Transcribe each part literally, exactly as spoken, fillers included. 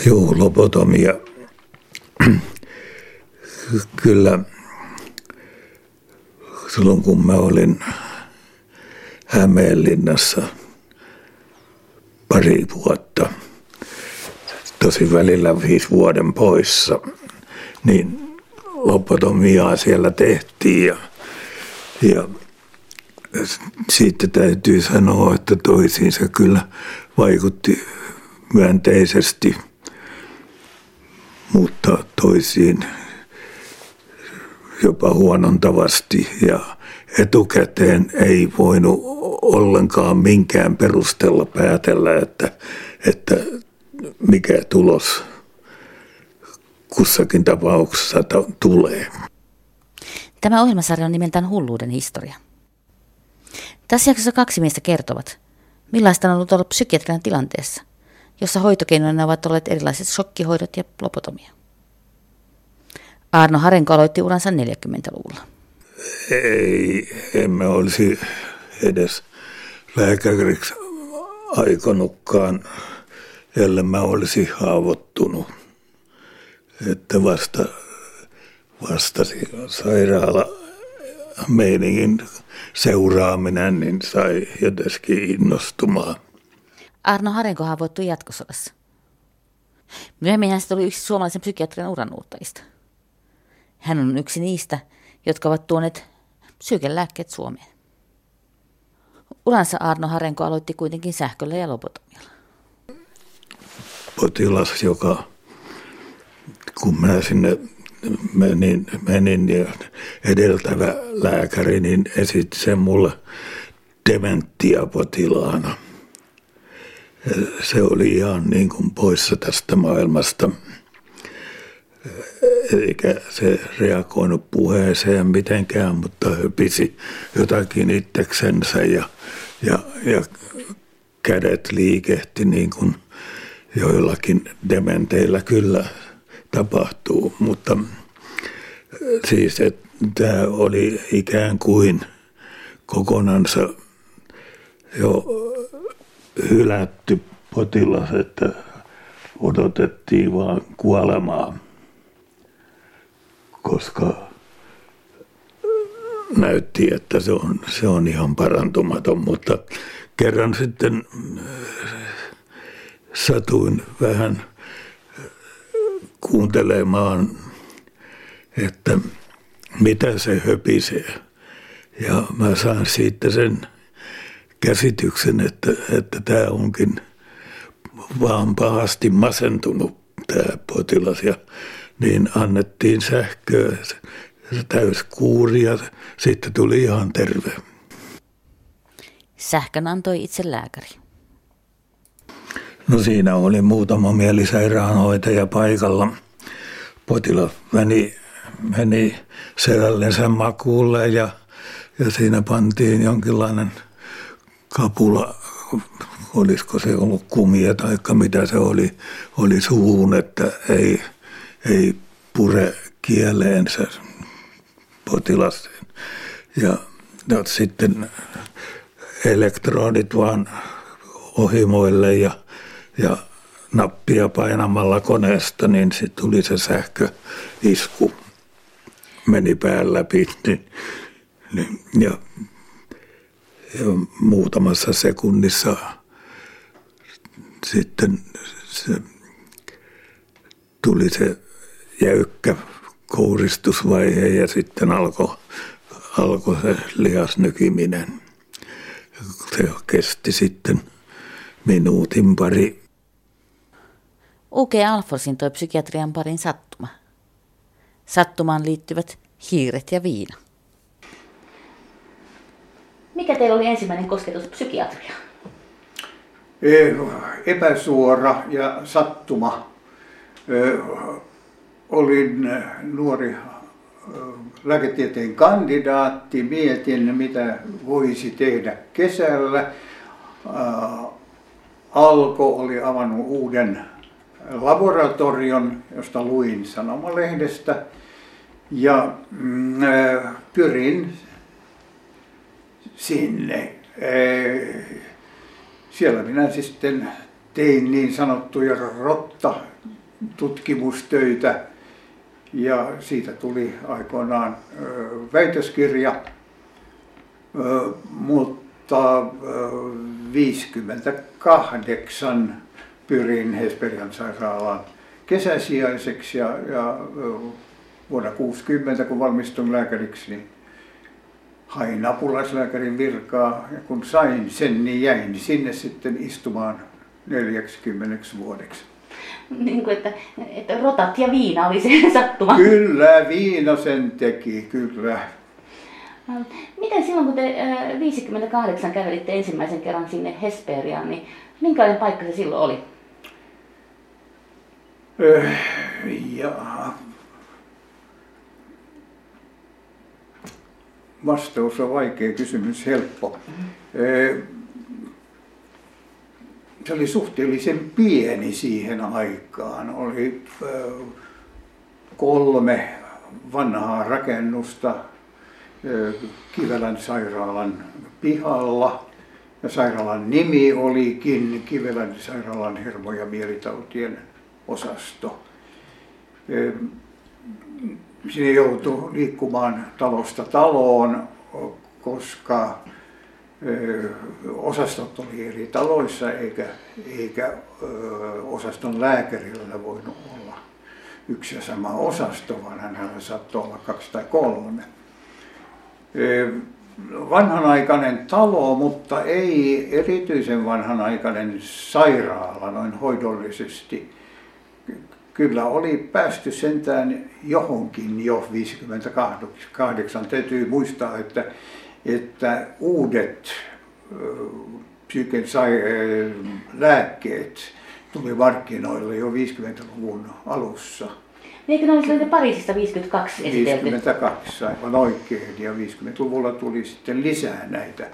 Joo, lobotomia. Kyllä silloin kun mä olin Hämeenlinnassa pari vuotta, tosi välillä viisi vuoden poissa, niin lobotomiaa siellä tehtiin ja, ja siitä täytyy sanoa, että toisiinsa kyllä vaikutti myönteisesti, mutta toisiin jopa huonontavasti ja etukäteen ei voinut ollenkaan minkään perusteella päätellä, että, että mikä tulos kussakin tapauksessa tulee. Tämä ohjelmasarja on nimeltään Hulluuden historia. Tässä jaksossa kaksi miestä kertovat, millaista on ollut olla psykiatrian tilanteessa, jossa hoitokeinoina ovat olleet erilaiset shokkihoidot ja lobotomia. Aarno Harenko aloitti uransa neljäkymmentäluvulla. Ei, emme olisi edes lääkäriksi aikonutkaan, ellei mä olisi haavoittunut. Että vasta, vastasi sairaala meiningin seuraaminen niin sai jotenkin innostumaan. Aarno Harenko haavoittui jatkosodassa. Myöhemmin hän oli yksi suomalaisen psykiatrian uranuuttajista. Hän on yksi niistä, jotka ovat tuoneet psyykelääkkeet Suomeen. Uransa Aarno Harenko aloitti kuitenkin sähköllä ja lobotomialla. Potilas, joka kun mä sinne menin, menin ja edeltävä lääkäri, niin esitti sen mulle dementia-potilaana. Se oli ihan niin kuin poissa tästä maailmasta. Eikä se reagoinut puheeseen mitenkään, mutta höpisi jotakin itseksensä ja, ja, ja kädet liikehti niin kuin joillakin dementeillä kyllä tapahtuu. Mutta siis että tämä oli ikään kuin kokonansa jo hylätty potilas, että odotettiin vaan kuolemaa, koska näytti, että se on, se on ihan parantumaton, mutta kerran sitten satuin vähän kuuntelemaan, että mitä se höpisee. Ja mä saan siitä sen käsityksen, että, että tämä onkin vaan pahasti masentunut tämä potilas. Ja niin annettiin sähköä, täyskuuri ja sitten tuli ihan terve. Sähkön antoi itse lääkäri. No siinä oli muutama mielisairaanhoitaja paikalla. Potilas meni, meni selällensä makuulle ja, ja siinä pantiin jonkinlainen kapula, olisiko se ollut kumia tai mitä se oli, oli suuhun, että ei, ei pure kieleensä potilas. Ja, ja sitten elektrodit vaan ohimoille ja, ja nappia painamalla koneesta, niin sitten tuli se sähköisku, meni pään läpi niin, niin, ja, ja muutamassa sekunnissa sitten se, tuli se jäykkä kouristusvaihe ja sitten alkoi alko se lihasnykiminen. Se kesti sitten minuutin pari. U G Alforsin toi psykiatrian parin sattuma. Sattumaan liittyvät hiiret ja viina. Mikä teillä oli ensimmäinen kosketus psykiatriaan? Epäsuora ja sattuma. Olin nuori lääketieteen kandidaatti, mietin mitä voisi tehdä kesällä. Alko oli avannut uuden laboratorion, josta luin sanomalehdestä ja mm, pyrin sinne. Siellä minä sitten tein niin sanottuja rotta tutkimustöitä ja siitä tuli aikoinaan väitöskirja, mutta viisikymmentäkahdeksan pyrin Hesperian sairaalan kesäsijaiseksi ja, ja vuonna kuusikymmentä kun valmistuin lääkäriksi, niin hain apulaislääkärin virkaa ja kun sain sen, niin jäin sinne sitten istumaan neljäksikymmeneksi vuodeksi. Niin kuin, että, että rotat ja viina oli se sattuma. Kyllä, viina sen teki, kyllä. Miten silloin, kun te viisikymmentäkahdeksan kävelitte ensimmäisen kerran sinne Hesperiaan, niin minkälainen paikka se silloin oli? Öh, ja... Vastaus on vaikea kysymys, helppo. Se oli suhteellisen pieni siihen aikaan. Oli kolme vanhaa rakennusta Kivelän sairaalan pihalla. Ja sairaalan nimi olikin Kivelän sairaalan hermo- ja mielitautien osasto. Sinne joutui liikkumaan talosta taloon, koska osastot oli eri taloissa eikä, eikä osaston lääkärillä voinut olla yksi ja sama osasto, vaan hänellä saattoi olla kaksi tai kolme. Vanhanaikainen talo, mutta ei erityisen vanhanaikainen sairaala noin hoidollisesti. Kyllä oli päästy sentään johonkin jo viisikymmentäkahdeksan. Täytyy muistaa, että, että uudet psyyken lääkkeet tuli markkinoille jo viisikymmentäluvun alussa. Eikö ne olisi Pariisista viisikymmentäkaksi esitelty? viisikymmentäkaksi, aivan oikein. Ja viisikymmentäluvulla tuli sitten lisää näitä.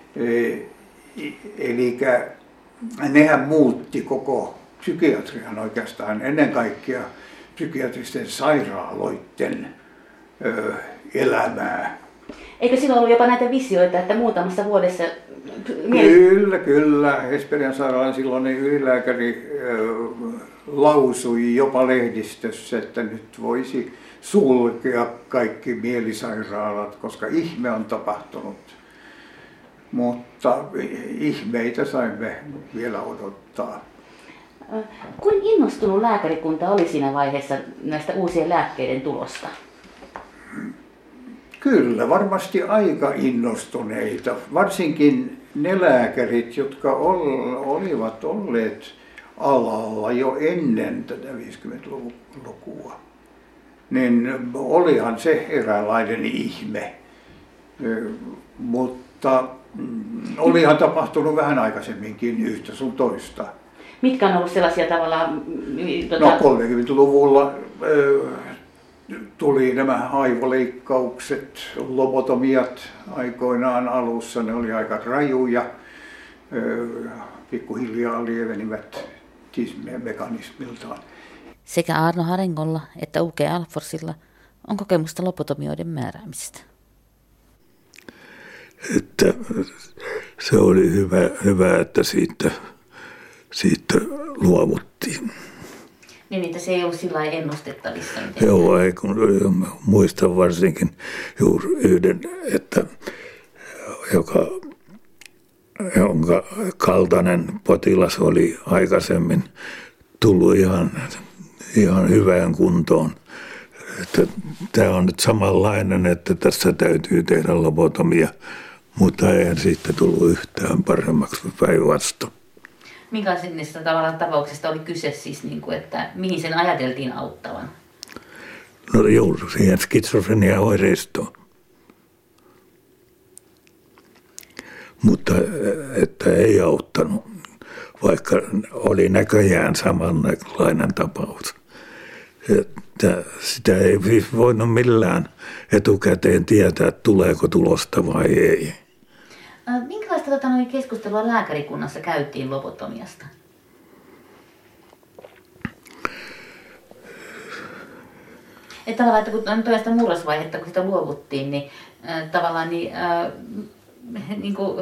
Eli nehän muutti koko psykiatrian oikeastaan, ennen kaikkea psykiatristen sairaaloiden ö, elämää. Eikö silloin ollut jopa näitä visioita, että muutamassa vuodessa... Kyllä, kyllä. Hesperian sairaalan silloinen ylilääkäri ö, lausui jopa lehdistössä, että nyt voisi sulkea kaikki mielisairaalat, koska ihme on tapahtunut. Mutta ihmeitä saimme vielä odottaa. Kuinka innostunut lääkärikunta oli siinä vaiheessa näistä uusien lääkkeiden tulosta? Kyllä, varmasti aika innostuneita. Varsinkin ne lääkärit, jotka olivat olleet alalla jo ennen tätä viisikymmentälukua. Niin olihan se eräänlainen ihme, mutta olihan tapahtunut vähän aikaisemminkin yhtä sun toista. Mitkä on ollut sellaisia tavallaan... Tuota... No kolmekymmentäluvulla äh, tuli nämä aivoleikkaukset, lobotomiat aikoinaan alussa. Ne oli aika rajuja, äh, pikkuhiljaa lievenivät mekanismiltaan. Sekä Arno Harengolla että U G Alforsilla on kokemusta lobotomioiden määräämisestä. Että se oli hyvä, hyvä että siitä... Siitä luovuttiin. Niin, että se ei ollut sillä lailla ennustettavissa. Joo, ei, kun muistan varsinkin juuri yhden, että joka, jonka kaltainen potilas oli aikaisemmin tullut ihan, ihan hyvään kuntoon. Että tämä on nyt samanlainen, että tässä täytyy tehdä lobotomia, mutta eihän siitä tullut yhtään paremmaksi päinvastoin. Minkälaisista tavallaan tapauksista oli kyse siis, niin kuin, että mihin sen ajateltiin auttavan? No juuri siihen skitsofrenia-oireistoon. Mutta että ei auttanut, vaikka oli näköjään samanlainen tapaus. Että sitä ei voinut millään etukäteen tietää, tuleeko tulosta vai ei. Minkälaista tota, noin keskustelua lääkärikunnassa käytiin lobotomiasta? Että tavallaan, että kun on toista murrosvaihetta, kun sitä luovuttiin, niin äh, tavallaan, niin, äh, niin kuin,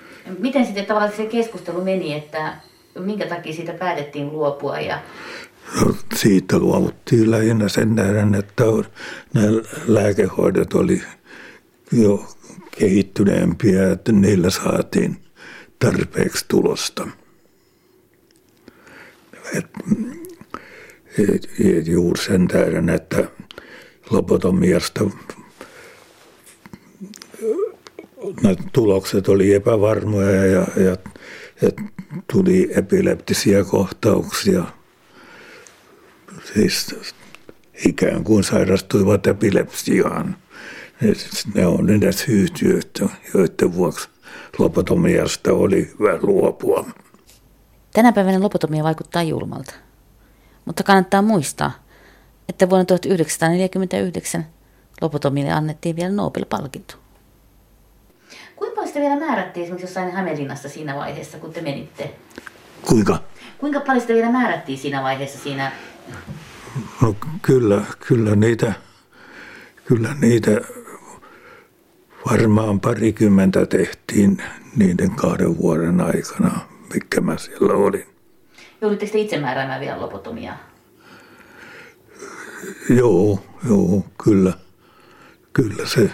miten sitten tavallaan se keskustelu meni, että minkä takia siitä päätettiin luopua? Ja... Siitä luovuttiin lähinnä sen tähden, että nämä lääkehoidot oli jo kehittyneempiä, että niillä saatiin tarpeeksi tulosta. Et, et, et juuri sen tähden, että lobotomiasta tulokset oli epävarmoja ja, ja, ja tuli epileptisiä kohtauksia. Siis ikään kuin sairastuivat epilepsiaan. Ne on ne syyt, joiden vuoksi lobotomiasta oli hyvä luopua. Tänä päivänä lobotomia vaikuttaa julmalta. Mutta kannattaa muistaa, että vuonna tuhatyhdeksänsataaneljäkymmentäyhdeksän lobotomille annettiin vielä Nobel-palkinto. Kuinka paljon sitä vielä määrättiin esimerkiksi jossain Hämeenlinnassa siinä vaiheessa, kun te menitte? Kuinka? Kuinka paljon sitä vielä määrättiin siinä vaiheessa siinä? No kyllä, kyllä niitä, kyllä niitä varmaan parikymmentä tehtiin niiden kahden vuoden aikana, mikä mä siellä olin. Joudutteko te itse määräämään vielä lobotomiaa? Joo, joo, kyllä. Kyllä se,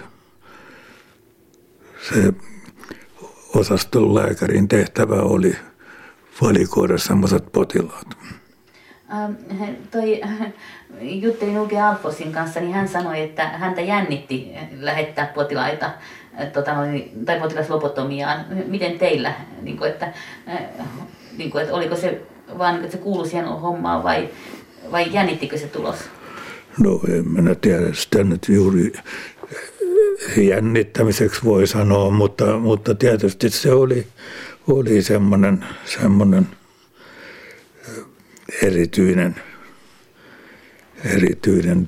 se osaston lääkärin tehtävä oli valikoida sellaiset potilaat. Ähm, toi, juttelin Ulke Alfosin kanssa, niin hän sanoi, että häntä jännitti lähettää potilaita tota, tai potilaslobotomiaan. Miten teillä, niin kuin, että, niin kuin, että oliko se vaan, että se kuului siihen hommaan vai, vai jännittikö se tulos? No en minä tiedä sitä nyt juuri jännittämiseksi voi sanoa, mutta, mutta tietysti se oli, oli semmoinen, semmoinen erityinen, erityinen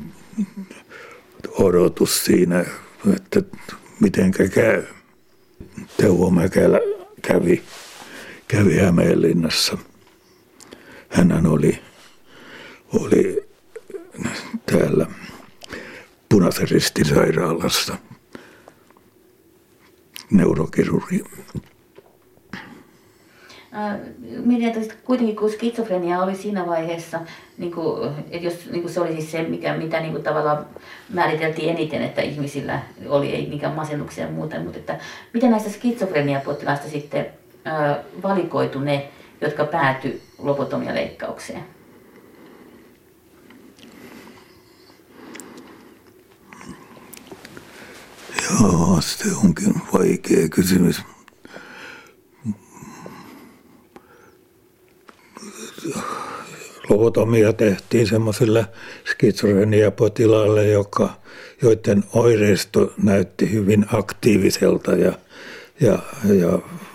odotus siinä, että mitenkä käy. Teuvo Mäkelä kävi, kävi Hämeenlinnassa. Hänhän oli, oli täällä Punaisen Ristin sairaalassa neurokirurgi. Mietin, että kuitenkin kun skitsofrenia oli siinä vaiheessa, niin kuin, että jos niin kuin se oli siis se, mikä, mitä niin kuin tavallaan määriteltiin eniten, että ihmisillä oli, ei mikään masennuksia ja muuta, mutta että miten näistä skitsofreniapotilaista sitten ää, valikoitu ne, jotka päätyi lobotomialeikkaukseen? Joo, se onkin vaikea kysymys. Lobotomia tehtiin semmoisille skitsofreniapotilaille, joka, joiden oireisto näytti hyvin aktiiviselta ja, ja, ja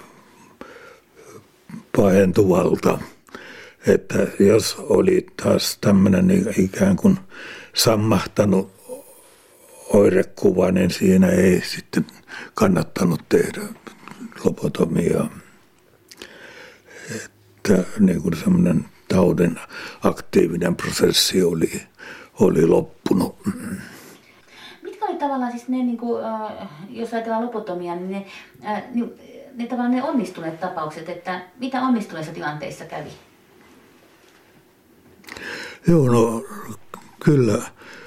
pahentuvalta. Että jos oli taas tämmöinen ikään kuin sammahtanut oirekuva, niin siinä ei sitten kannattanut tehdä lobotomiaa. Että niin kuin semmoinen taudin aktiivinen prosessi oli, oli loppunut. Mitkä oli tavallaan siis ne, niin kuin, jos ajatellaan lobotomiaa, niin ne, ne, ne tavallaan ne onnistuneet tapaukset, että mitä onnistuneissa tilanteissa kävi? Joo, no kyllä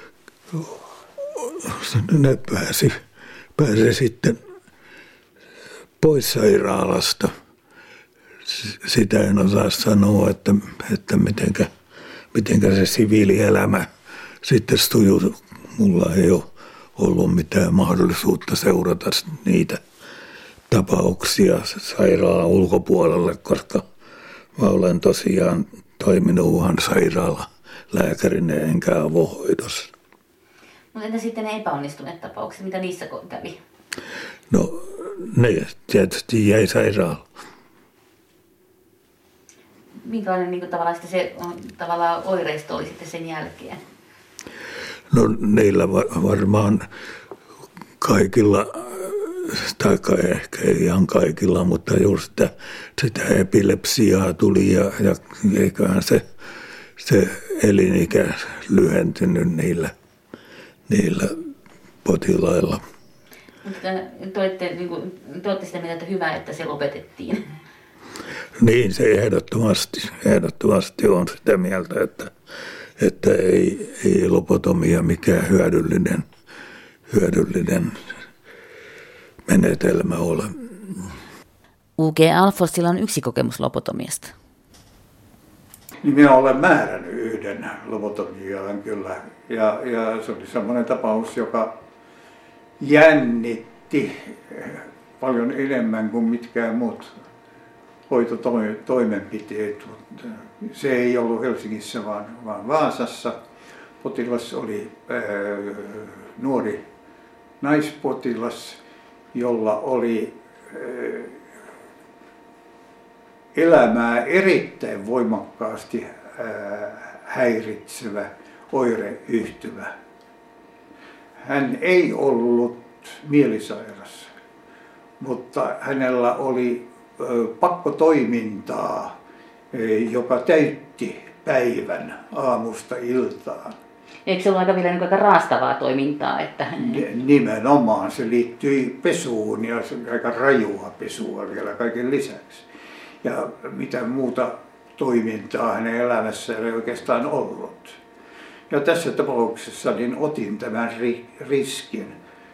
ne pääsi, pääsi sitten pois sairaalasta. Sitä en osaa sanoa, että, että mitenkä, mitenkä se siviilielämä sitten sujuu. Mulla ei ole ollut mitään mahdollisuutta seurata niitä tapauksia sairaalan ulkopuolelle, koska mä olen tosiaan toiminut Wuhan sairaalalääkärinä enkä avohoidossa. Mutta entä sitten ne epäonnistuneet tapaukset, mitä niissä kävi? No ne tietysti jäi sairaalaan. Minkälainen niin kuin, tavallaan se tavallaan oireisto oli sitten sen jälkeen? No niillä varmaan kaikilla, tai ehkä ei ihan kaikilla, mutta juuri sitä, sitä epilepsiaa tuli ja, ja eiköhän se, se elinikä lyhentynyt niillä, niillä potilailla. Mutta te olette, niin kuin, te olette sitä mieltä, että hyvä, että se lopetettiin. Niin se ehdottomasti, ehdottomasti on sitä mieltä, että, että ei, ei lobotomia mikään hyödyllinen, hyödyllinen menetelmä ole. U G. Alforsilla on yksi kokemus lobotomiasta. Niin minä olen määrännyt yhden lobotomiaan kyllä. Ja, ja se oli semmoinen tapaus, joka jännitti paljon enemmän kuin mitkään muut hoitotoimenpiteet. Se ei ollut Helsingissä, vaan, vaan Vaasassa. Potilas oli ää, nuori naispotilas, jolla oli ää, elämää erittäin voimakkaasti ää, häiritsevä oireyhtymä. Hän ei ollut mielisairas, mutta hänellä oli ö, pakkotoimintaa, joka täytti päivän aamusta iltaan. Eikö se ollut aika vielä niin aika raastavaa toimintaa? Että... Nimenomaan se liittyi pesuun ja aika rajua pesua vielä kaiken lisäksi. Ja mitä muuta toimintaa hänen elämässään ei oikeastaan ollut. Ja tässä tapauksessa niin otin tämän riskin.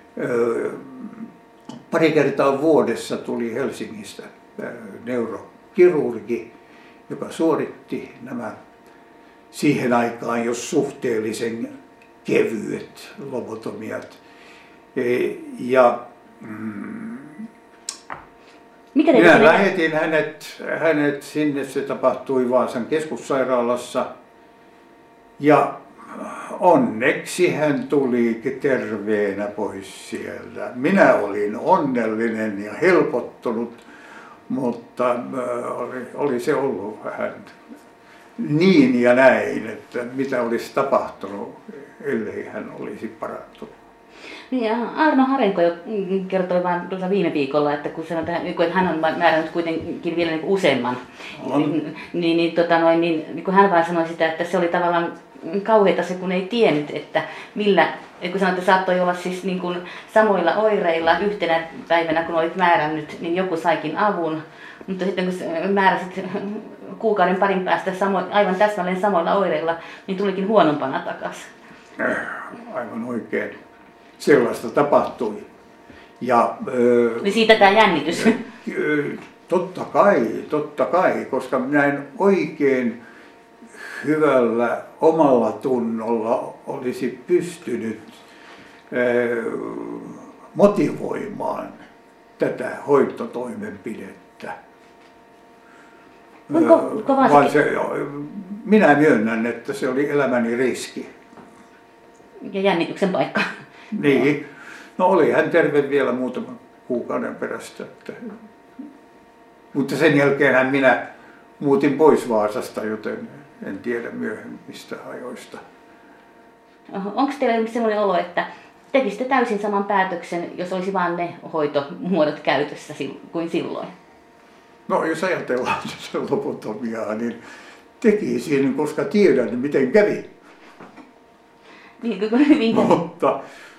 Pari kertaa vuodessa tuli Helsingistä neurokirurgi, joka suoritti nämä siihen aikaan jos suhteellisen kevyet lobotomiat. Ja mm, Mikä minä lähetin hänet, hänet sinne, se tapahtui Vaasan keskussairaalassa. Ja onneksi hän tuli terveenä pois sieltä. Minä olin onnellinen ja helpottunut, mutta oli, oli se ollut vähän niin ja näin, että mitä olisi tapahtunut, ellei hän olisi parantunut. Niin, Arno Harenko jo kertoi vain tuossa viime viikolla, että kun sanotaan, että hän on määrännyt kuitenkin vielä niin kuin useamman, niin, niin, niin, tota noin, niin, niin kun hän vain sanoi sitä, että se oli tavallaan kauheita se, kun ei tiennyt, että millä, kun sanoit, että saattoi olla siis niin kuin samoilla oireilla yhtenä päivänä, kun olit määrännyt, niin joku saikin avun, mutta sitten kun määräsit kuukauden parin päästä samo, aivan täsmälleen samoilla oireilla, niin tulikin huonompana takaisin. Aivan oikein. Sellaista tapahtui. Ja, niin siitä tämä jännitys. Totta kai, totta kai, koska minä en oikein hyvällä omalla tunnolla olisi pystynyt motivoimaan tätä hoitotoimenpidettä. Ko- Vaan se, minä myönnän, että se oli elämäni riski. Ja jännityksen paikka. Niin. No oli hän terve vielä muutaman kuukauden perästä. Että... Mutta sen jälkeen minä muutin pois Vaasasta, joten en tiedä myöhemmistä ajoista. Onko teillä sellainen olo, että tekisitte täysin saman päätöksen, jos olisi vain ne hoitomuodot käytössä kuin silloin? No jos ajatellaan lobotomiaa, niin tekisin, koska tiedän miten kävi. Niin, kun hyvin kävi. Mutta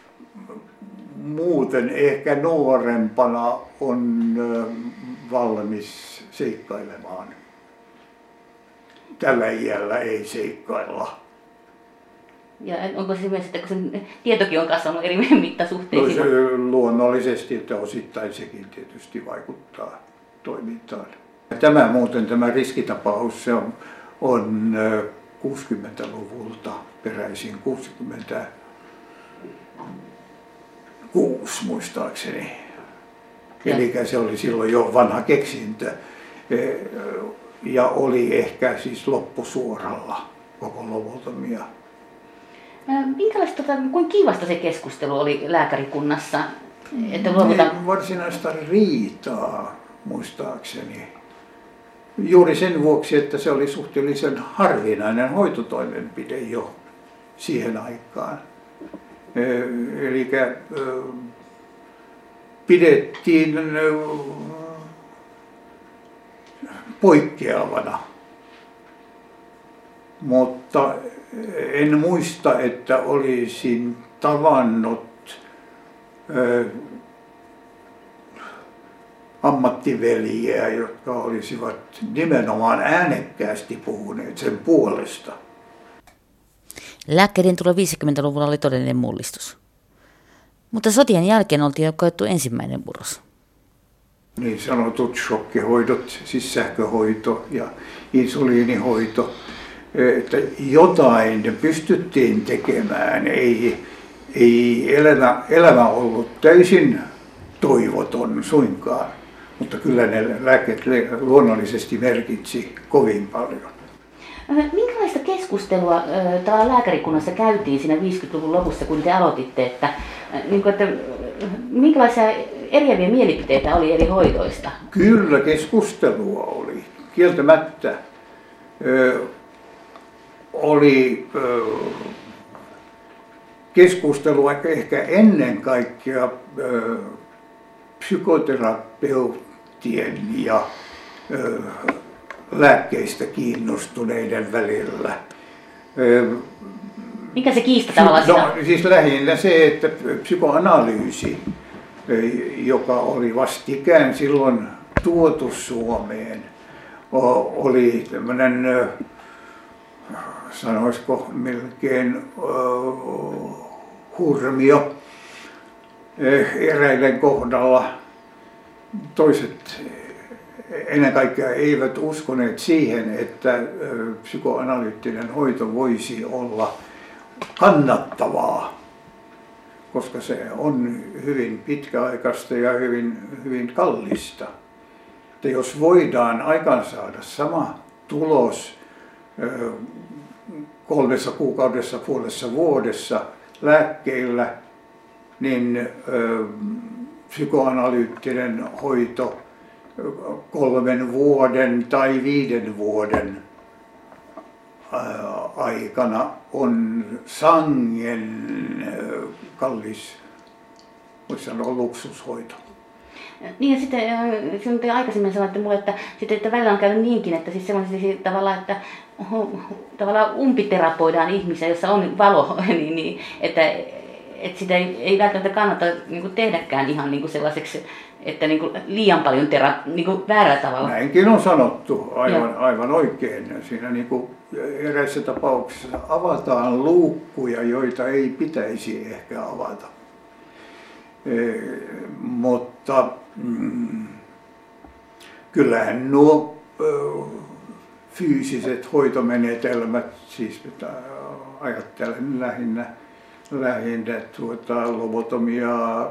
muuten ehkä nuorempana on valmis seikkailemaan. Tällä iällä ei seikkailla. Ja onko se myös, että kun sen tietokin on kasvanut eri mittasuhteisiin? No se luonnollisesti, että osittain sekin tietysti vaikuttaa toimintaan. Tämä muuten, tämä riskitapaus, se on, on kuusikymmentäluvulta peräisin, kuusikymmentäkuusi muistaakseni. Eli se oli silloin jo vanha keksintö ja oli ehkä siis loppusuoralla koko lobotomia. Minkälaista, tota, kuinka kiivasta se keskustelu oli lääkärikunnassa? Että luovutaan... Ei varsinaista riitaa muistaakseni. Juuri sen vuoksi, että se oli suhteellisen harvinainen hoitotoimenpide jo siihen aikaan. Eli pidettiin poikkeavana. Mutta en muista, että olisin tavannut ammattiveljiä, jotka olisivat nimenomaan äänekkäästi puhuneet sen puolesta. Lääkkeiden tulo viisikymmentäluvulla oli todellinen mullistus. Mutta sotien jälkeen oltiin jo koettu ensimmäinen murros. Niin sanotut shokkihoidot, siis sähköhoito ja insuliinihoito, että jotain pystyttiin tekemään. Ei, ei elämä, elämä ollut täysin toivoton suinkaan, mutta kyllä ne lääkkeet luonnollisesti merkitsi kovin paljon. Minkälaista keskustelua äh, lääkärikunnassa käytiin siinä viisikymmentäluvun lopussa, kun te aloititte, että, äh, niin kuin, että minkälaisia eriäviä mielipiteitä oli eri hoidoista? Kyllä keskustelua oli, kieltämättä. Ö, oli ö, keskustelua ehkä ennen kaikkea ö, psykoterapeuttien ja ö, lääkkeistä kiinnostuneiden välillä. Mikä se kiista tavallaan? No siis lähinnä se, että psykoanalyysi, joka oli vastikään silloin tuotu Suomeen, oli tämmöinen, sanoisiko melkein hurmio eräiden kohdalla. Toiset ennen kaikkea eivät uskoneet siihen, että psykoanalyyttinen hoito voisi olla kannattavaa, koska se on hyvin pitkäaikaista ja hyvin, hyvin kallista. Että jos voidaan aikaansaada sama tulos kolmessa kuukaudessa, puolessa vuodessa lääkkeillä, niin psykoanalyyttinen hoito kolmen vuoden tai viiden vuoden aikana on sangen kallis, voisi sanoa luksushoito. Niin ja sitten sinun te aikaisemmin sanoitte mulle, että, sitten, että välillä on käynyt niinkin, että siis sellaisia tavallaan, että tavallaan umpiterapoidaan ihmisiä, jossa on valo, niin, niin, että, että sitä ei, ei välttämättä kannata niin kuin tehdäkään ihan niin kuin sellaiseksi, että niin kuin liian paljon tera, niin kuin väärällä tavalla. Näinkin on sanottu aivan, aivan oikein. Siinä niin kuin eräissä tapauksissa avataan luukkuja, joita ei pitäisi ehkä avata. E, mutta mm, kyllähän nuo ö, fyysiset hoitomenetelmät, siis ajattelen lähinnä lähinnä tuota, lobotomiaa,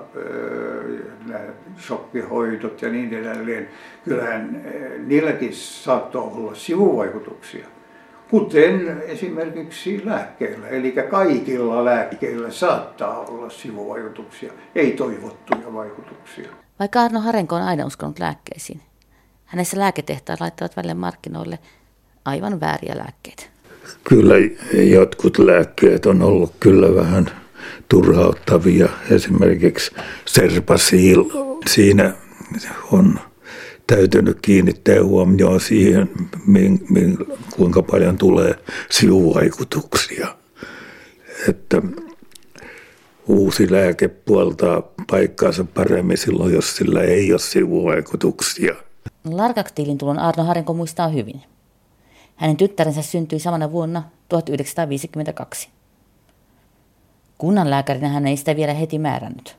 shokkihoidot ja niin edelleen. Kyllähän niilläkin saattoi olla sivuvaikutuksia, kuten esimerkiksi lääkkeillä. Eli kaikilla lääkkeillä saattaa olla sivuvaikutuksia, ei toivottuja vaikutuksia. Vaikka Arno Harenko on aina uskonut lääkkeisiin, hänessä lääketehtaat laittavat välillä markkinoille aivan vääriä lääkkeitä. Kyllä jotkut lääkkeet on ollut kyllä vähän turhauttavia. Esimerkiksi Serpasil, siinä on täytynyt kiinnittää huomioon siihen, kuinka paljon tulee sivuvaikutuksia. Että uusi lääke puoltaa paikkaansa paremmin silloin, jos sillä ei ole sivuvaikutuksia. Largaktilin tulon Arno Harenko muistaa hyvin. Hänen tyttärensä syntyi samana vuonna tuhatyhdeksänsataaviisikymmentäkaksi. Kunnanlääkärinä hän ei sitä vielä heti määrännyt.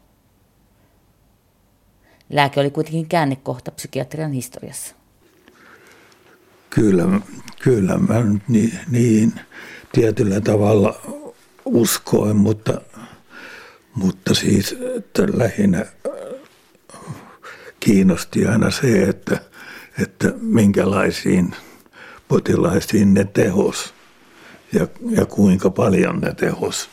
Lääke oli kuitenkin käännekohta psykiatrian historiassa. Kyllä, kyllä mä niin, niin tietyllä tavalla uskoin, mutta, mutta siis että lähinnä kiinnosti aina se, että, että minkälaisiin potilaisiin ne tehos ja, ja kuinka paljon ne tehos.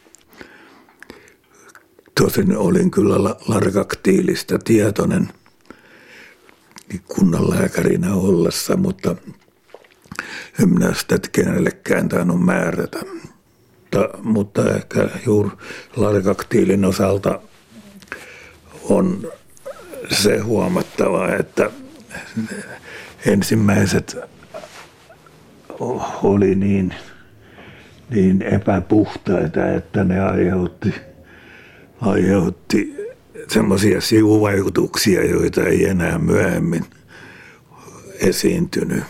Tosin olin kyllä Largaktilista tietoinen kunnanlääkärinä ollessa, mutta en minä sitä kenellekään tainnut määrätä. Mutta, mutta ehkä juuri Largaktilin osalta on se huomattava, että ensimmäiset oli niin, niin epäpuhtaita, että ne aiheutti, aiheutti semmoisia sivuvaikutuksia, joita ei enää myöhemmin esiintynyt.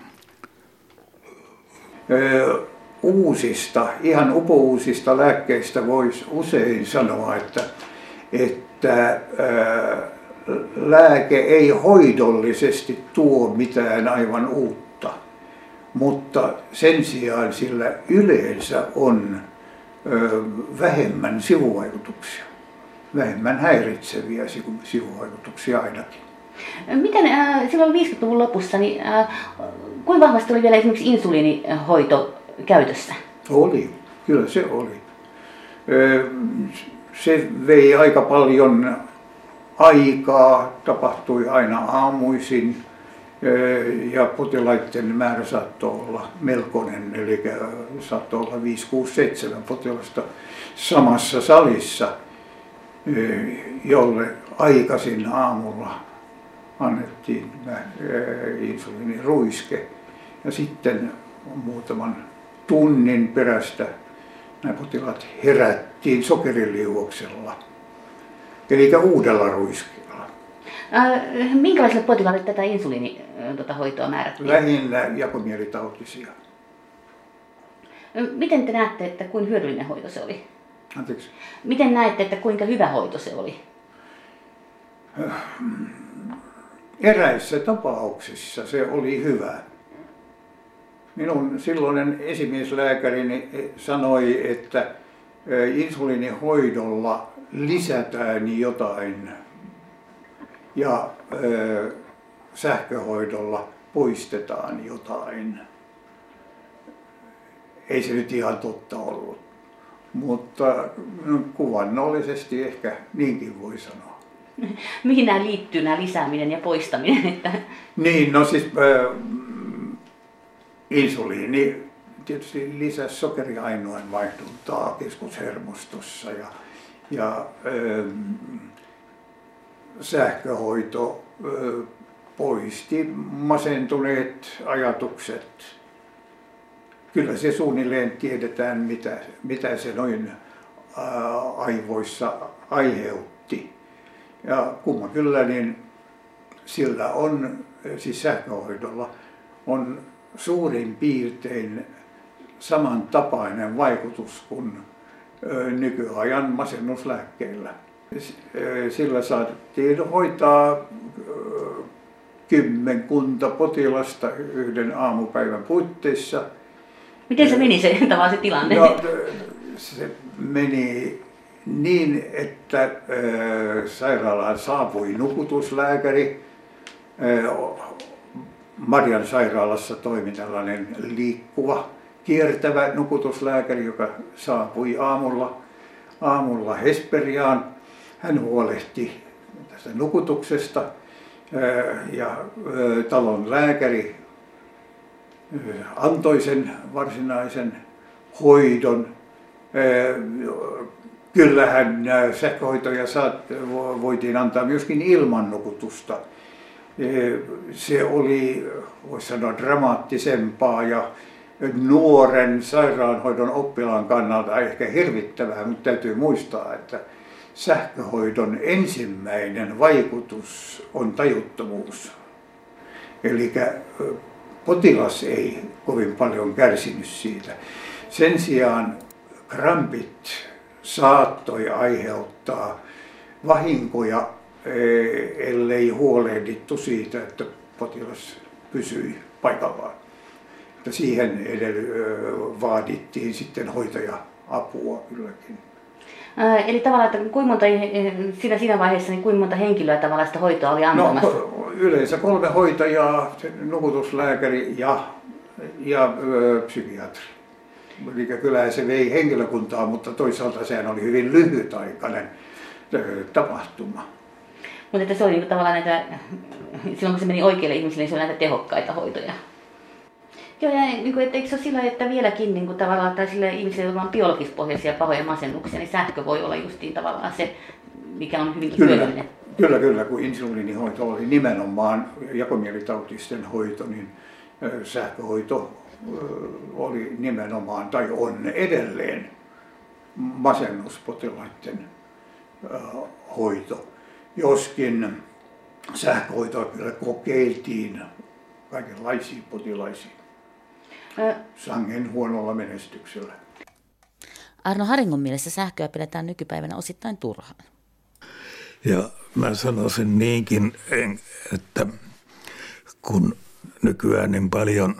Uusista, ihan upouusista lääkkeistä voisi usein sanoa, että, että lääke ei hoidollisesti tuo mitään aivan uutta, mutta sen sijaan sillä yleensä on vähemmän sivuvaikutuksia, vähemmän häiritseviä sivuvaikutuksia ainakin. Miten äh, silloin viisikymmentäluvun lopussa, niin äh, kuinka vahvasti oli vielä esimerkiksi insuliinihoito käytössä? Oli, kyllä se oli. Se vei aika paljon aikaa, tapahtui aina aamuisin ja potilaiden määrä saattoi olla melkoinen, eli saattoi olla viisi, kuusi, seitsemän potilasta samassa salissa, jolle aikaisin aamulla annettiin insuliiniruiske ja sitten muutaman tunnin perästä nämä potilaat herättiin sokeriliuoksella, eli uudella ruiskeella. Äh, minkälaisille potilaille tätä insuliinihoitoa määrättiin? Lähinnä jakomielitautisia. Miten te näette, että kuinka hyödyllinen hoito se oli? Anteeksi? Miten näette, että kuinka hyvä hoito se oli? Eräissä tapauksissa se oli hyvä. Minun silloinen esimieslääkärini sanoi, että insuliinihoidolla lisätään jotain ja sähköhoidolla poistetaan jotain. Ei se nyt ihan totta ollut, mutta kuvannollisesti ehkä niinkin voi sanoa. Mihin nämä liittyy, nämä lisääminen ja poistaminen? Että... Niin, no siis äh, insuliini tietysti lisäsi sokeriaineen vaihduntaa keskushermostossa ja, ja äh, sähköhoito äh, poisti masentuneet ajatukset. Kyllä se suunnilleen tiedetään, mitä, mitä se noin äh, aivoissa aiheutti. Ja kumma kyllä, niin sillä on, siis sähköhoidolla, on suurin piirtein samantapainen vaikutus kuin nykyajan masennuslääkkeillä. Sillä saatiin hoitaa kymmenkunta potilasta yhden aamupäivän puitteissa. Miten se meni se, se tilanne? No, se meni niin, että äh, sairaalaan saapui nukutuslääkäri. Äh, Marian sairaalassa toimi tällainen liikkuva, kiertävä nukutuslääkäri, joka saapui aamulla, aamulla Hesperiaan. Hän huolehti tästä nukutuksesta äh, ja äh, talon lääkäri äh, antoi sen varsinaisen hoidon. Äh, Kyllähän sähköhoitoja voitiin antaa myöskin ilman nukutusta. Se oli, voisi sanoa, dramaattisempaa ja nuoren sairaanhoidon oppilaan kannalta ehkä hirvittävää, mutta täytyy muistaa, että sähköhoidon ensimmäinen vaikutus on tajuttomuus. Eli potilas ei kovin paljon kärsinyt siitä. Sen sijaan krampit saattoi aiheuttaa vahinkoja, ellei huolehdittu siitä, että potilas pysyi paikallaan. Että siihen edellä vaadittiin sitten hoitaja-apua kylläkin. Ää, eli tavallaan, että kuinka monta, siinä, siinä vaiheessa niin kuinka monta henkilöä tavallaan sitä hoitoa oli antamassa? No, yleensä kolme hoitajaa, nukutuslääkäri ja, ja ö, psykiatri. Eli kyllähän se vei henkilökuntaa, mutta toisaalta sehän oli hyvin lyhytaikainen tapahtuma. Mutta että se oli niin tavallaan näitä, silloin kun se meni oikeille ihmisille, niin se oli näitä tehokkaita hoitoja. Joo, ja niin kuin, että eikö se ole sillä, että vieläkin niin kuin, tavallaan, tai sille ihmisille, joilla on biologispohjaisia pahoja masennuksia, niin sähkö voi olla justiin tavallaan se, mikä on hyvinkin hyödyllinen. Kyllä, kyllä, kun insuliinihoito oli nimenomaan jakomielitautisten hoito, niin sähköhoito oli nimenomaan, tai on edelleen, masennuspotilaiden hoito. Joskin sähköhoitoa kyllä kokeiltiin kaikenlaisiin potilaisiin. Sangen huonolla menestyksellä. Arno Haringon mielestä sähköä pidetään nykypäivänä osittain turhaan. Ja mä sanoisin niinkin, että kun nykyään niin paljon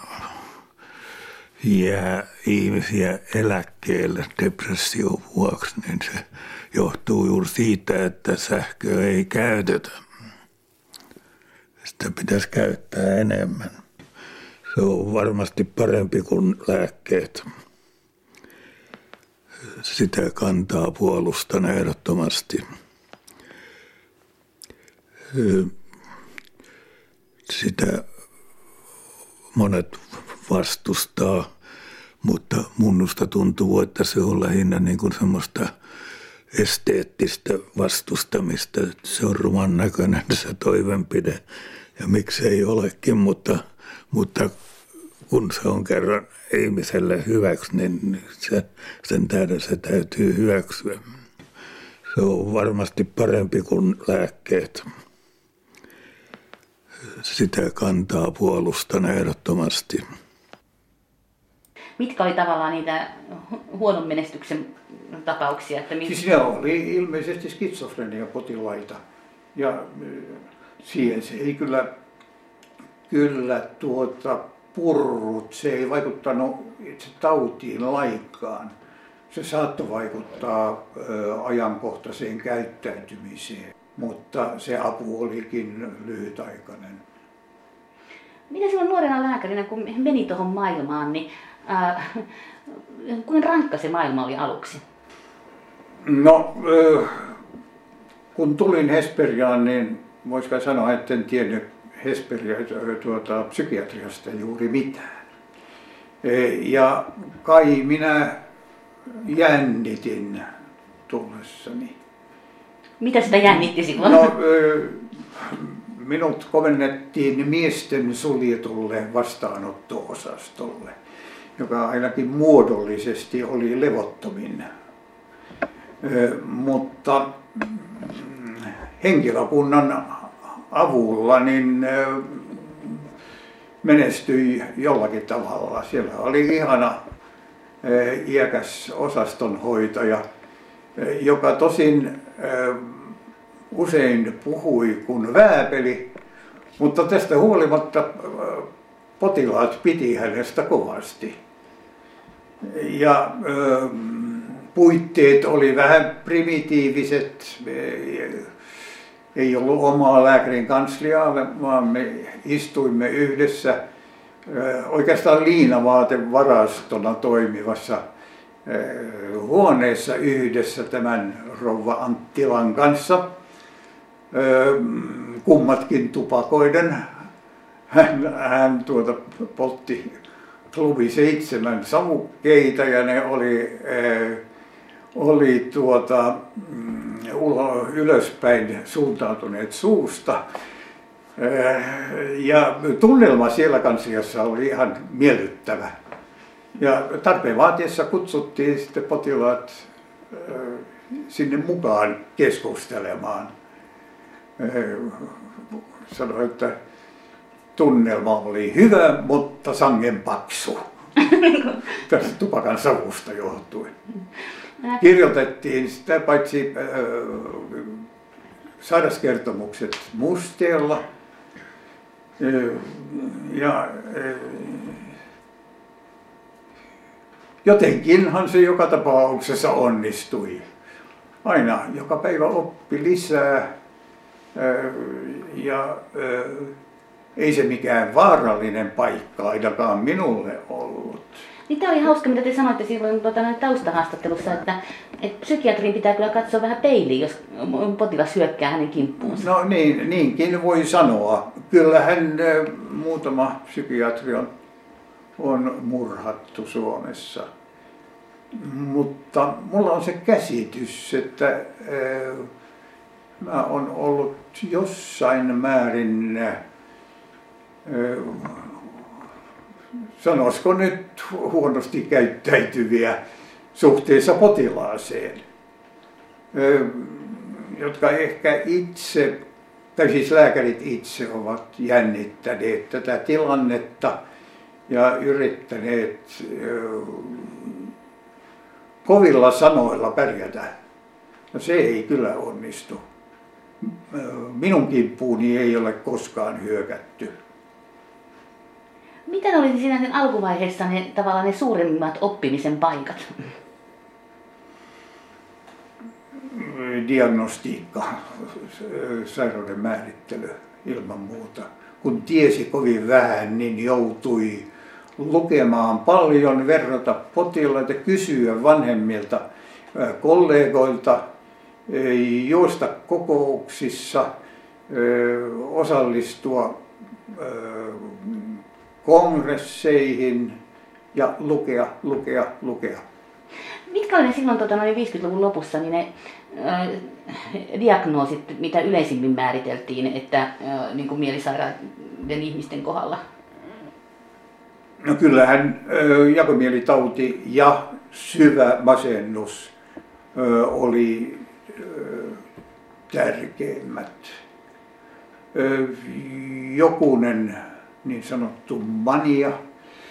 jää ihmisiä eläkkeelle depression vuoksi, niin se johtuu juuri siitä, että sähköä ei käytetä. Sitä pitäisi käyttää enemmän. Se on varmasti parempi kuin lääkkeet. Sitä kantaa puolustan ehdottomasti. Sitä monet vastustaa, mutta minusta tuntuu, että se on lähinnä niin kuin semmoista esteettistä vastustamista. Se on ruman näköinen se toimenpide ja miksei olekin, mutta, mutta kun se on kerran ihmiselle hyväksi, niin se, sen tähden se täytyy hyväksyä. Se on varmasti parempi kuin lääkkeet. Sitä kantaa puolustan ehdottomasti. Mitkä oli tavallaan niitä huonon menestyksen tapauksia? Että mit... Siis ne oli ilmeisesti skitsofreniapotilaita. Ja siihen se ei kyllä, kyllä tuota, purrut, se ei vaikuttanut itse tautiin lainkaan. Se saattoi vaikuttaa ö, ajankohtaiseen käyttäytymiseen, mutta se apu olikin lyhytaikainen. Mitä silloin nuorena lääkärinä, kun meni tuohon maailmaan, niin äh, kuinka rankka se maailma oli aluksi? No, ö, kun tulin Hesperiaan, niin voisiko sanoa, että en tiennyt Hesperia, tuota, psykiatriasta juuri mitään. E, ja kai minä jännitin tullessani. Mitä sitä jännitti silloin? No, ö, minut komennettiin miesten suljetulle vastaanotto-osastolle, joka ainakin muodollisesti oli levottomin. Ö, mutta henkilökunnan avulla niin ö, menestyi jollakin tavalla. Siellä oli ihana ö, iäkäs osastonhoitaja, ö, joka tosin ö, usein puhui kun vääpeli, mutta tästä huolimatta potilaat piti hänestä kovasti. Ja ö, puitteet oli vähän primitiiviset, ei ollut omaa lääkärin kansliaa, vaan me istuimme yhdessä ö, oikeastaan liinavaatevarastona toimivassa ö, huoneessa yhdessä tämän rouva Anttilan kanssa. Öö, kummatkin tupakoiden. Hän, hän tuota, poltti klubi seitsemän savukkeita ja ne oli, öö, oli tuota, ulo, ylöspäin suuntautuneet suusta. Öö, ja tunnelma siellä kansliassa oli ihan miellyttävä. Ja tarpeen vaatiessa kutsuttiin sitten potilaat öö, sinne mukaan keskustelemaan. Sanoi, että tunnelma oli hyvä, mutta sangen paksu. Tästä tupakan savusta johtuen. Kirjoitettiin sitä paitsi äh, sairauskertomukset musteella. Äh, ja äh, jotenkinhan se joka tapauksessa onnistui. Aina joka päivä oppi lisää. Ja ö, ei se mikään vaarallinen paikka ainakaan minulle ollut. Niin tämä oli hauska, mitä te sanoitte silloin tuota, taustahaastattelussa, että, että psykiatrin pitää kyllä katsoa vähän peiliin, jos potilas hyökkää hänen kimppuunsa. No niin, niinkin voi sanoa. Kyllähän muutama psykiatri on, on murhattu Suomessa. Mutta mulla on se käsitys, että ö, mä oon ollut jossain määrin, äh, sanoisiko nyt huonosti käyttäytyviä suhteessa potilaaseen. Äh, jotka ehkä itse, tai siis lääkärit itse ovat jännittäneet tätä tilannetta ja yrittäneet kovilla sanoilla pärjätä. No se ei kyllä onnistu. Minun kimppuuni ei ole koskaan hyökätty. Mitä ne oli siinä sen alkuvaiheessa ne, tavallaan ne suurimmat oppimisen paikat? Diagnostiikka, sairauden määrittely ilman muuta. Kun tiesi kovin vähän, niin joutui lukemaan paljon, verrata potilaita, kysyä vanhemmilta kollegoilta, juosta kokouksissa, osallistua kongresseihin ja lukea, lukea, lukea. Mitkä oli ne silloin tota, noin viisikymmentäluvun lopussa niin ne äh, diagnoosit, mitä yleisimmin määriteltiin, että äh, niin kuin mielisairaiden ihmisten kohdalla? No kyllähän äh, jakomielitauti ja syvä masennus äh, oli äh, tärkeimmät. Äh, jokunen niin sanottu mania äh,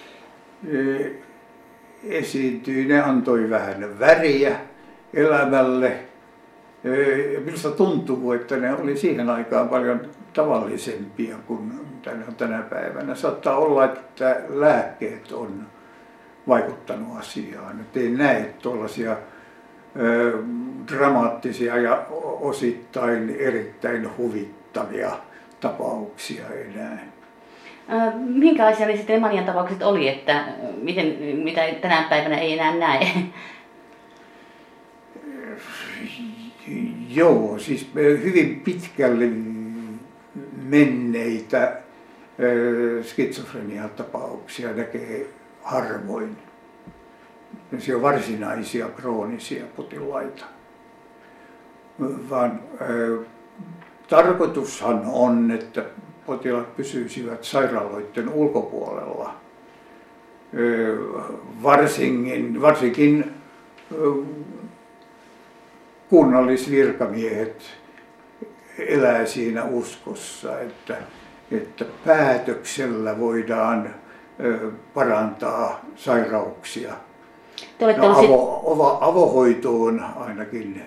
esiintyi, ne antoi vähän väriä elämälle. Minusta tuntuu, että ne oli siihen aikaan paljon tavallisempia kuin tänä päivänä. Saattaa olla, että lääkkeet on vaikuttanut asiaan. Et ei näe tuollaisia dramaattisia ja osittain erittäin huvittavia tapauksia enää. Minkälaisia ne sitten manian tapaukset oli, että miten, mitä tänä päivänä ei enää näe? Joo, siis hyvin pitkälle menneitä skitsofreniatapauksia näkee harvoin. Se on varsinaisia kroonisia potilaita. Vaan tarkoitushan on, että potilaat pysyisivät sairaaloiden ulkopuolella. Varsinkin, varsinkin kunnallisvirkamiehet elää siinä uskossa, että, että päätöksellä voidaan parantaa sairauksia. No, avo, avo, avohoitoon ainakin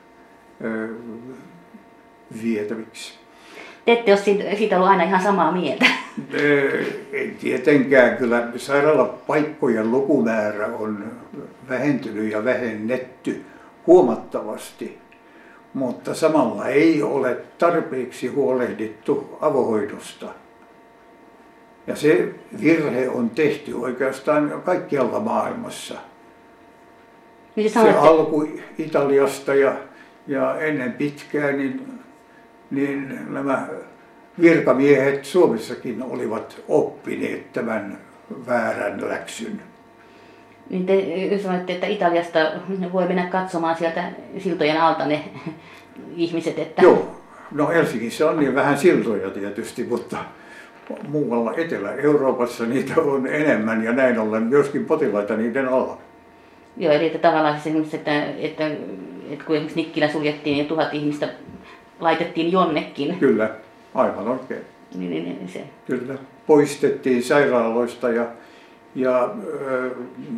vietäviksi. Te ette ole siitä ollut aina ihan samaa mieltä. Ei tietenkään. Kyllä sairaalapaikkojen lukumäärä on vähentynyt ja vähennetty huomattavasti, mutta samalla ei ole tarpeeksi huolehdittu avohoidosta. Ja se virhe on tehty oikeastaan kaikkialla maailmassa. Se, se alkoi Italiasta ja, ja ennen pitkään niin niin nämä virkamiehet Suomessakin olivat oppineet tämän väärän läksyn. Niin te sanoitte, että Italiasta voi mennä katsomaan sieltä siltojen alta ne ihmiset, että... Joo, no Helsingissä on niin vähän siltoja tietysti, mutta muualla Etelä-Euroopassa niitä on enemmän ja näin ollen myöskin potilaita niiden alla. Joo, eli että tavallaan siis että, että, että kun esimerkiksi Nikkilä suljettiin ja tuhat ihmistä laitettiin jonnekin. Kyllä, aivan oikein. Niin, niin, se. Kyllä, poistettiin sairaaloista ja, ja ö,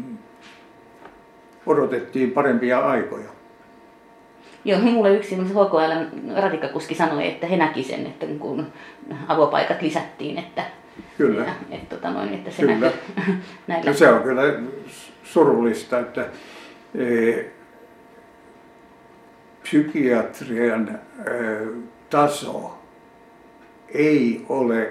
odotettiin parempia aikoja. Joo, mulle yksi H K L:n ratikkakuski sanoi, että he näki sen, että kun avopaikat lisättiin, että, kyllä. Ja, että, tota noin, että se kyllä. näkyy näillä. Ja se on kyllä surullista, että e, psykiatrian e, taso ei ole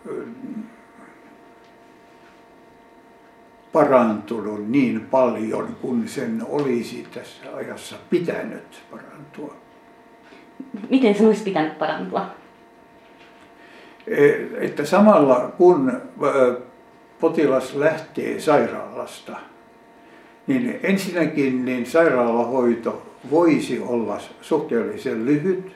parantunut niin paljon kuin sen olisi tässä ajassa pitänyt parantua. Miten se olisi pitänyt parantua? Että samalla kun potilas lähtee sairaalasta, niin ensinnäkin niin sairaalahoito voisi olla suhteellisen lyhyt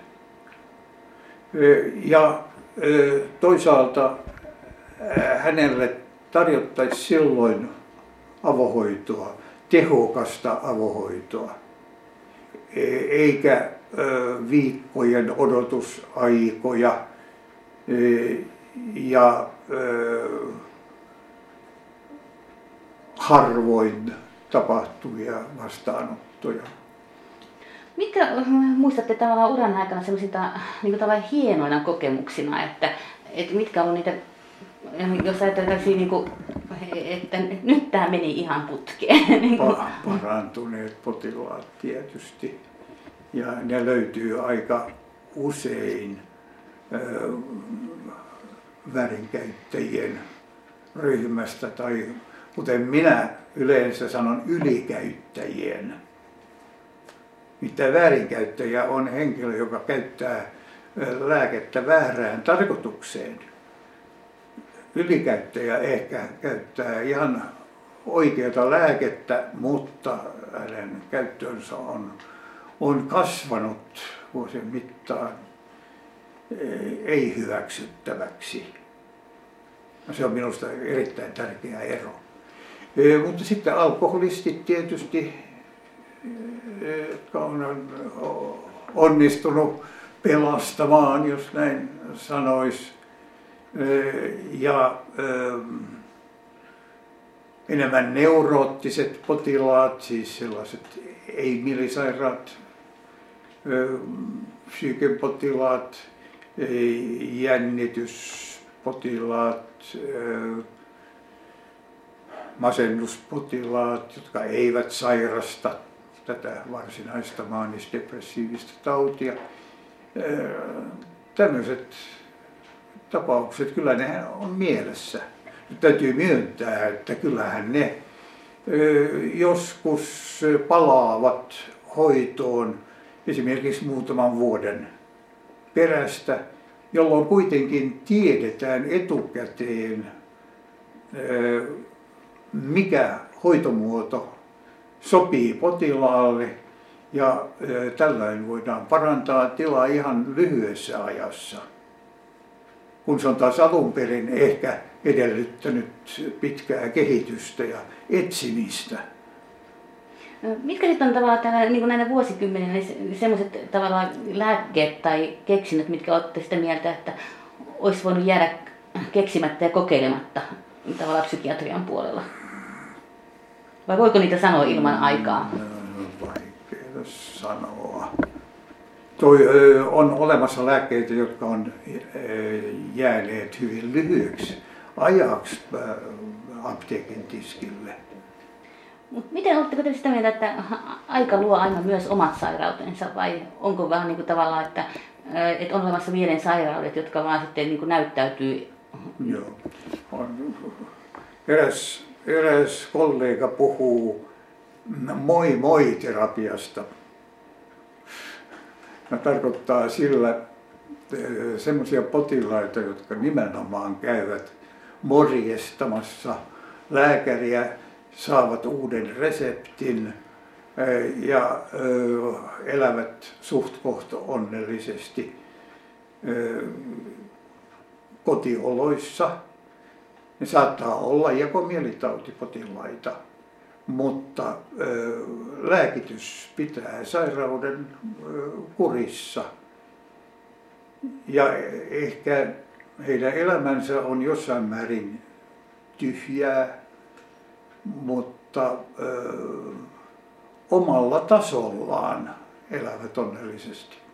ja toisaalta hänelle tarjottaisiin silloin avohoitoa, tehokasta avohoitoa, eikä viikkojen odotusaikoja ja harvoin tapahtuvia vastaanottoja. Mitkä muistatte tavallaan uran aikana sellaisina niin hienoina kokemuksina, että, että mitkä on niitä, jos ajatellaan niin kuin, että nyt tämä meni ihan putkeen? Parantuneet potilaat tietysti, ja ne löytyy aika usein ö, väärinkäyttäjien ryhmästä tai kuten minä yleensä sanon, ylikäyttäjien. Mitä väärinkäyttäjä on henkilö, joka käyttää lääkettä väärään tarkoitukseen. Ylikäyttäjä ehkä käyttää ihan oikeata lääkettä, mutta hänen käyttöönsä on, on kasvanut vuosien mittaan ei hyväksyttäväksi. Se on minusta erittäin tärkeä ero. Mutta sitten alkoholistit tietysti, jotka on onnistunut pelastamaan, jos näin sanoisi. Ja enemmän neuroottiset potilaat, siis sellaiset ei-mielisairaat psyykepotilaat, jännityspotilaat, masennuspotilaat, jotka eivät sairasta tätä varsinaista maanis-depressiivistä tautia. Tämmöiset tapaukset, kyllä ne on mielessä. Nyt täytyy myöntää, että kyllähän ne joskus palaavat hoitoon esimerkiksi muutaman vuoden perästä, jolloin kuitenkin tiedetään etukäteen, mikä hoitomuoto sopii potilaalle, ja tällöin voidaan parantaa tilaa ihan lyhyessä ajassa, kun se on taas alun perin ehkä edellyttänyt pitkää kehitystä ja etsimistä. Mitkä sitten on tavallaan tällä, niin kuin näinä vuosikymmeninä sellaiset tavallaan lääkkeet tai keksinnöt, mitkä olette sitä mieltä, että olisi voinut jäädä keksimättä ja kokeilematta tavallaan psykiatrian puolella? Vai voiko niitä sanoa ilman aikaa? Vaikea sanoa. Toi, on olemassa lääkkeitä, jotka on jääneet hyvin lyhyeksi ajaksi apteekin tiskille. Mut miten oletteko te sitä mieltä, että aika luo aina myös omat sairautensa, vai onko vähän niin kuin tavallaan, että, että on olemassa mielen sairaudet, jotka vaan sitten niin kuin näyttäytyy? Joo. On. Eräs, eräs kollega puhuu moi moi terapiasta. Tämä tarkoittaa sillä semmoisia potilaita, jotka nimenomaan käyvät morjestamassa lääkäriä, saavat uuden reseptin ja elävät suht koht onnellisesti kotioloissa. Ne saattaa olla jakomielitautipotilaita, mutta lääkitys pitää sairauden kurissa. Ja ehkä heidän elämänsä on jossain määrin tyhjää, mutta ö, omalla tasollaan elävät onnellisesti.